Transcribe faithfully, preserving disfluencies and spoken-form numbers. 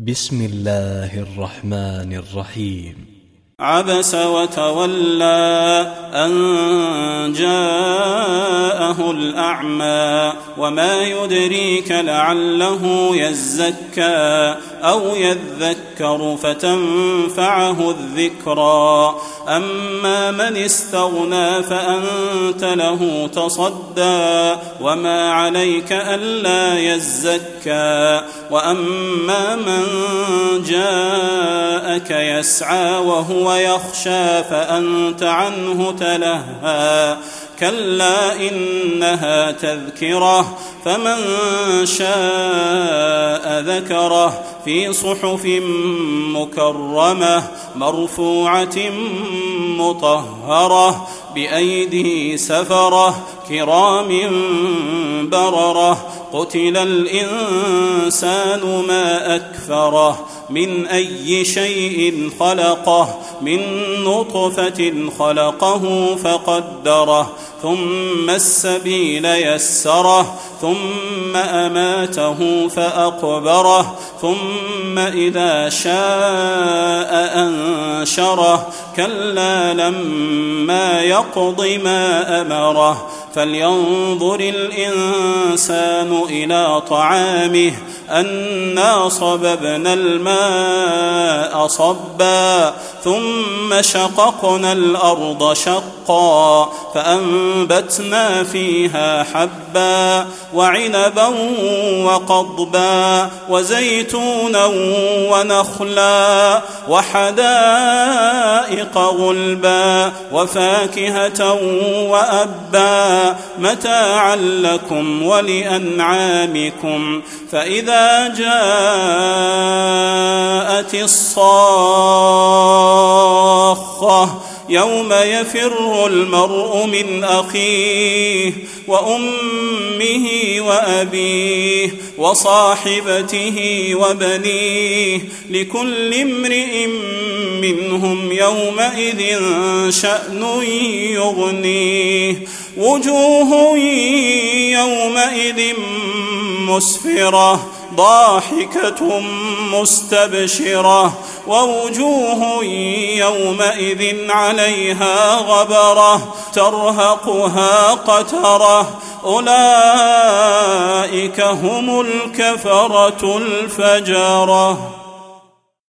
بسم الله الرحمن الرحيم. عبس وتولى أن جاءه الأعمى وما يدريك لعله يزكى أو يذكر فتنفعه الذكرى أما من استغنى فأنت له تصدى وما عليك ألا يزكى وأما من جاءك يسعى وهو يخشى فأنت عنه تلهى كلا إنها تذكرة فمن شاء ذكره في صحف مكرمة مرفوعة مطهرة بأيدي سفرة كرام بررة قتل الإنسان ما أكفره من أي شيء خلقه من نطفة خلقه فقدره ثم السبيل يسره ثم أماته فأقبره ثم إذا شاء أنشره كلا لما يقض ما أمره فلينظر الإنسان إلى طعامه أنا صببنا الماء صبا ثم شققنا الأرض شقا فأنبتنا فيها حبا وعنبا وقضبا وزيتونا ونخلا وحدائق غلبا وفاكهة وأبا متاعا لكم ولأنعامكم فإذا جاءت الصاخة يوم يفر المرء من أخيه وأمه وأبيه وصاحبته وبنيه لكل امرئ منهم يومئذ شأن يغنيه وجوه يومئذ مسفرة ضاحكة مستبشرة ووجوه يومئذ عليها غبرة ترهقها قترة أولئك هم الكفرة الفجرة.